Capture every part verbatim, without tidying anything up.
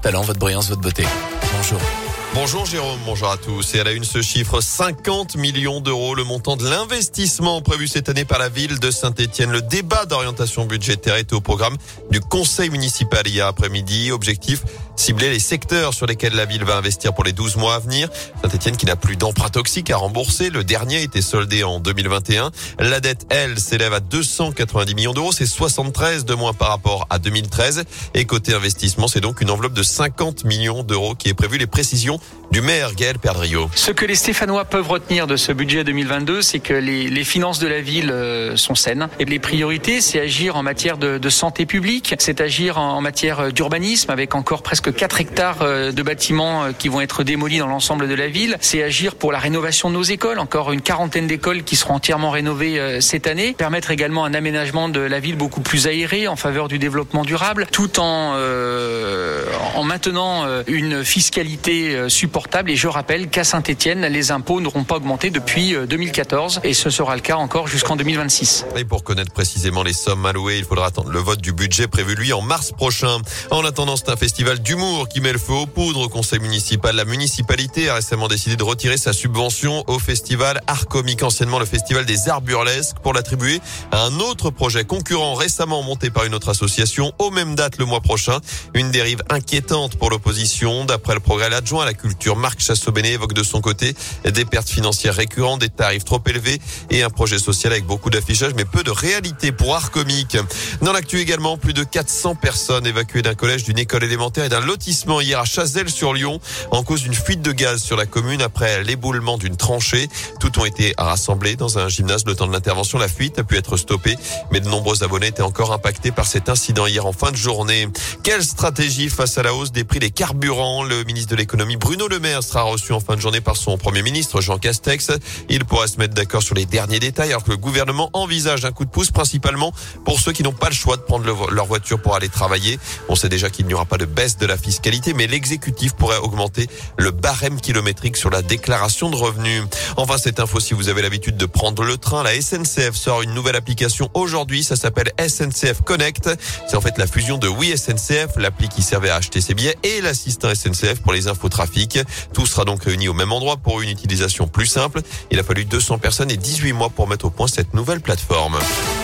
talent, votre brillance, votre beauté. Bonjour. Bonjour Jérôme, bonjour à tous. Et à la une, ce chiffre, cinquante millions d'euros, le montant de l'investissement prévu cette année par la ville de Saint-Étienne. Le débat d'orientation budgétaire était au programme du conseil municipal hier après-midi. Objectif, cibler les secteurs sur lesquels la ville va investir pour les douze mois à venir. Saint-Étienne qui n'a plus d'emprunt toxique à rembourser. Le dernier était soldé en deux mille vingt et un. La dette, elle, s'élève à deux cent quatre-vingt-dix millions d'euros. C'est soixante-treize de moins par rapport à deux mille treize. Et côté investissement, c'est donc une enveloppe de cinquante millions d'euros qui est prévue. Les précisions du maire Gaël Perdriau. Ce que les Stéphanois peuvent retenir de ce budget deux mille vingt-deux, c'est que les, les finances de la ville sont saines. Et les priorités, c'est agir en matière de, de santé publique, c'est agir en, en matière d'urbanisme avec encore presque quatre hectares de bâtiments qui vont être démolis dans l'ensemble de la ville. C'est agir pour la rénovation de nos écoles, encore une quarantaine d'écoles qui seront entièrement rénovées cette année. Permettre également un aménagement de la ville beaucoup plus aéré en faveur du développement durable, tout en, euh, en maintenant une fiscalité supportable. Et je rappelle qu'à Saint-Étienne, les impôts n'auront pas augmenté depuis deux mille quatorze et ce sera le cas encore jusqu'en deux mille vingt-six. Et pour connaître précisément les sommes allouées, il faudra attendre le vote du budget prévu lui en mars prochain. En attendant, c'est un festival d'humour qui met le feu aux poudres au conseil municipal. La municipalité a récemment décidé de retirer sa subvention au festival Art Comique, anciennement le festival des arts burlesques, pour l'attribuer à un autre projet concurrent récemment monté par une autre association aux mêmes dates le mois prochain. Une dérive inquiétante pour l'opposition. D'après le progrès adjoint à la culture, Marc Chassobéné évoque de son côté des pertes financières récurrentes, des tarifs trop élevés et un projet social avec beaucoup d'affichage mais peu de réalité pour Art Comique. Dans l'actu également, plus de quatre cents personnes évacuées d'un collège, d'une école élémentaire et d'un lotissement hier à Chazelles-sur-Lyon en cause d'une fuite de gaz sur la commune après l'éboulement d'une tranchée. Toutes ont été rassemblées dans un gymnase le temps de l'intervention. La fuite a pu être stoppée, mais de nombreux abonnés étaient encore impactés par cet incident hier en fin de journée. Quelle stratégie face à la hausse des prix des carburants? Le ministre de l'économie Bruno Le Maire sera reçu en fin de journée par son Premier ministre Jean Castex. Il pourra se mettre d'accord sur les derniers détails alors que le gouvernement envisage un coup de pouce principalement pour ceux qui n'ont pas le choix de prendre le, leur voiture pour aller travailler. On sait déjà qu'il n'y aura pas de baisse de la fiscalité, mais l'exécutif pourrait augmenter le barème kilométrique sur la déclaration de revenus. Enfin, cette info, si vous avez l'habitude de prendre le train, la S N C F sort une nouvelle application aujourd'hui. Ça s'appelle S N C F Connect. C'est en fait la fusion de Oui S N C F, l'appli qui servait à acheter ses billets, et l'assistant S N C F pour les infotrafics. Tout sera donc réuni au même endroit pour une utilisation plus simple. Il a fallu deux cents personnes et dix-huit mois pour mettre au point cette nouvelle plateforme.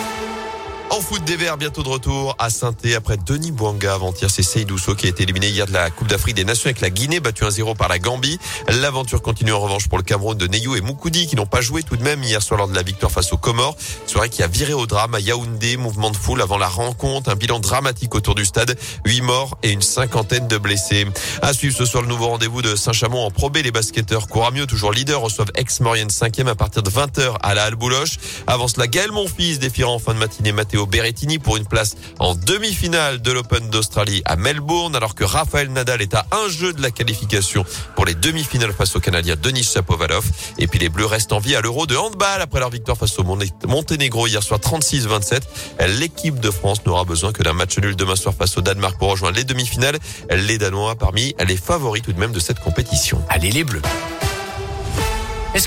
En foot des Verts, bientôt de retour à Saint-Étienne après Denis Bouanga avant-hier. C'est Seydou Sow qui a été éliminé hier de la Coupe d'Afrique des Nations avec la Guinée, battu un zéro par la Gambie. L'aventure continue en revanche pour le Cameroun de Neyou et Moukoudi qui n'ont pas joué tout de même hier soir lors de la victoire face aux Comores. Soirée qui a viré au drame à Yaoundé, mouvement de foule avant la rencontre, un bilan dramatique autour du stade, huit morts et une cinquantaine de blessés. À suivre ce soir le nouveau rendez-vous de Saint-Chamond en Pro B. Les basketteurs Couramio, toujours leader, reçoivent Aix-Maurienne cinquième à partir de vingt heures à la Halle-Bouloche. Avant cela, Gaël Monfils défiera en fin de matinée Matteo Berrettini pour une place en demi-finale de l'Open d'Australie à Melbourne, alors que Rafael Nadal est à un jeu de la qualification pour les demi-finales face au Canadien Denis Shapovalov. Et puis les Bleus restent en vie à l'Euro de handball après leur victoire face au Monténégro hier soir trente-six vingt-sept. L'équipe de France n'aura besoin que d'un match nul demain soir face au Danemark pour rejoindre les demi-finales. Les Danois parmi les favoris tout de même de cette compétition. Allez les Bleus.